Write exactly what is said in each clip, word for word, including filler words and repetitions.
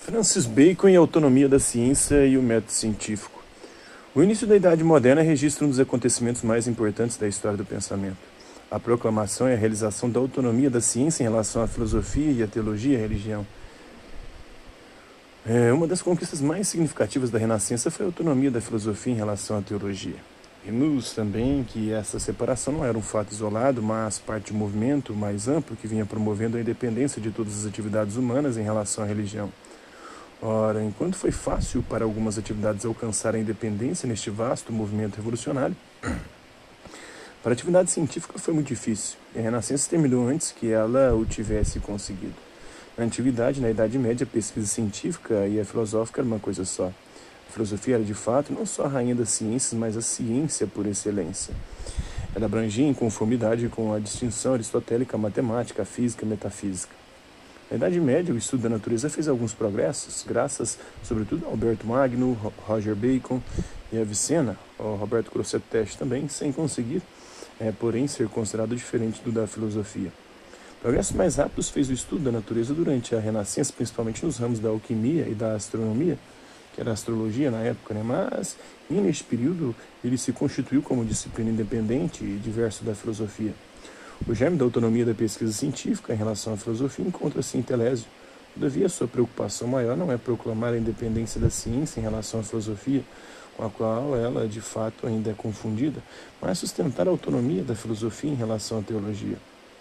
Francis Bacon e a autonomia da ciência e o método científico. O início da Idade Moderna registra um dos acontecimentos mais importantes da história do pensamento. A proclamação e a realização da autonomia da ciência em relação à filosofia e à teologia e à religião. É, uma das conquistas mais significativas da Renascença foi a autonomia da filosofia em relação à teologia. Vimos também que essa separação não era um fato isolado, mas parte de um movimento mais amplo que vinha promovendo a independência de todas as atividades humanas em relação à religião. Ora, enquanto foi fácil para algumas atividades alcançar a independência neste vasto movimento revolucionário, para a atividade científica foi muito difícil, e a Renascença terminou antes que ela o tivesse conseguido. Na Antiguidade, na Idade Média, a pesquisa científica e a filosófica era uma coisa só. A filosofia era, de fato, não só a rainha das ciências, mas a ciência por excelência. Ela abrangia em conformidade com a distinção aristotélica, a matemática, a física e a metafísica. Na Idade Média, o estudo da natureza fez alguns progressos, graças, sobretudo, a Alberto Magno, Roger Bacon e a Avicenna, o Roberto Grosseteste também, sem conseguir, é, porém, ser considerado diferente do da filosofia. Progressos mais rápidos fez o estudo da natureza durante a Renascença, principalmente nos ramos da alquimia e da astronomia, que era a astrologia na época, né? Mas, e neste período, ele se constituiu como disciplina independente e diverso da filosofia. O germe da autonomia da pesquisa científica em relação à filosofia encontra-se em Telésio. Todavia, sua preocupação maior não é proclamar a independência da ciência em relação à filosofia, com a qual ela, de fato, ainda é confundida, mas sustentar a autonomia da filosofia em relação à teologia.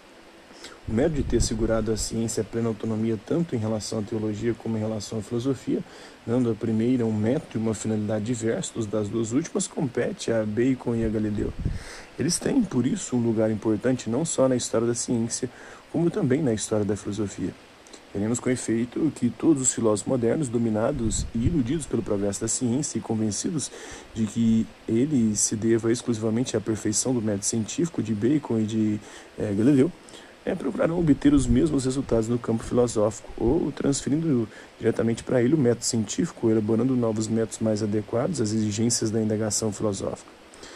O mérito de ter assegurado à ciência a plena autonomia tanto em relação à teologia como em relação à filosofia, dando à primeira um método e uma finalidade diversos das duas últimas, compete a Bacon e a Galileu. Eles têm, por isso, um lugar importante não só na história da ciência, como também na história da filosofia. Veremos com efeito que todos os filósofos modernos, dominados e iludidos pelo progresso da ciência e convencidos de que ele se deva exclusivamente à perfeição do método científico de Bacon e de é, Galileu, é, procurarão obter os mesmos resultados no campo filosófico, ou transferindo diretamente para ele o método científico, elaborando novos métodos mais adequados às exigências da indagação filosófica.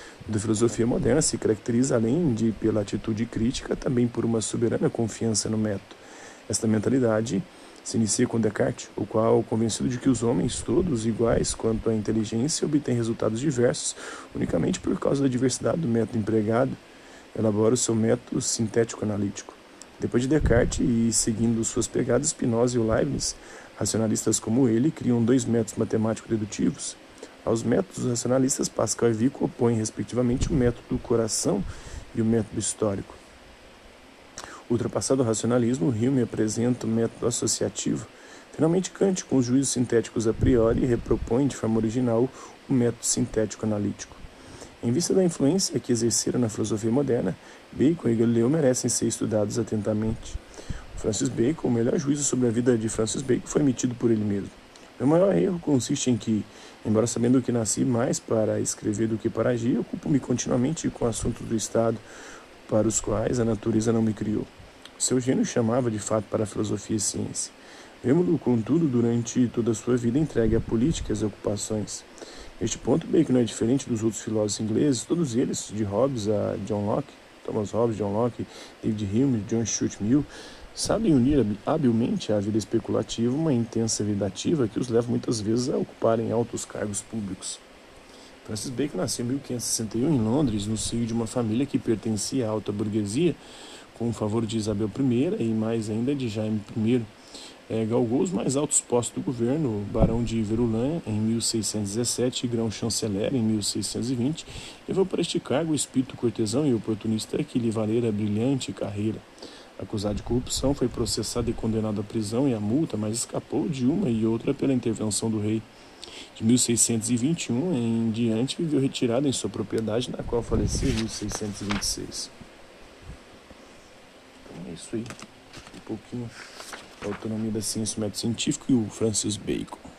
A filosofia moderna se caracteriza, além de pela atitude crítica, também por uma soberana confiança no método. Esta mentalidade se inicia com Descartes, o qual, convencido de que os homens, todos iguais quanto à inteligência, obtêm resultados diversos unicamente por causa da diversidade do método empregado, elabora o seu método sintético-analítico. Depois de Descartes e seguindo suas pegadas, Spinoza e o Leibniz, racionalistas como ele, criam dois métodos matemático-dedutivos. Aos métodos racionalistas, Pascal e Vico opõem, respectivamente, o método do coração e o método histórico. Ultrapassado o racionalismo, Hume apresenta o método associativo. Finalmente, Kant, com os juízos sintéticos a priori, repropõe de forma original o método sintético-analítico. Em vista da influência que exerceram na filosofia moderna, Bacon e Galileu merecem ser estudados atentamente. Francis Bacon, o melhor juízo sobre a vida de Francis Bacon foi emitido por ele mesmo. Meu maior erro consiste em que, embora sabendo que nasci mais para escrever do que para agir, ocupo-me continuamente com assuntos do Estado para os quais a natureza não me criou. Seu gênio chamava de fato para a filosofia e ciência. Vemo-lo, contudo, durante toda a sua vida entregue à política e às ocupações. Neste ponto, Bacon não é diferente dos outros filósofos ingleses, todos eles, de Hobbes a John Locke, Thomas Hobbes, John Locke, David Hume, John Stuart Mill, sabem unir habilmente à vida especulativa uma intensa vida ativa que os leva muitas vezes a ocuparem altos cargos públicos. Francis Bacon nasceu em mil quinhentos e sessenta e um em Londres, no seio de uma família que pertencia à alta burguesia, com o favor de Isabel I e mais ainda de Jaime I. É, galgou os mais altos postos do governo, barão de Verulin em mil seiscentos e dezessete e grão-chanceler em mil seiscentos e vinte, levou para este cargo o espírito cortesão e oportunista que lhe valera a brilhante carreira. Acusado de corrupção, foi processado e condenado à prisão e à multa, mas escapou de uma e outra pela intervenção do rei. De mil seiscentos e vinte e um em diante, viveu retirado em sua propriedade, na qual faleceu em mil seiscentos e vinte e seis. Então é isso aí, um pouquinho da autonomia da ciência e do método científico e o Francis Bacon.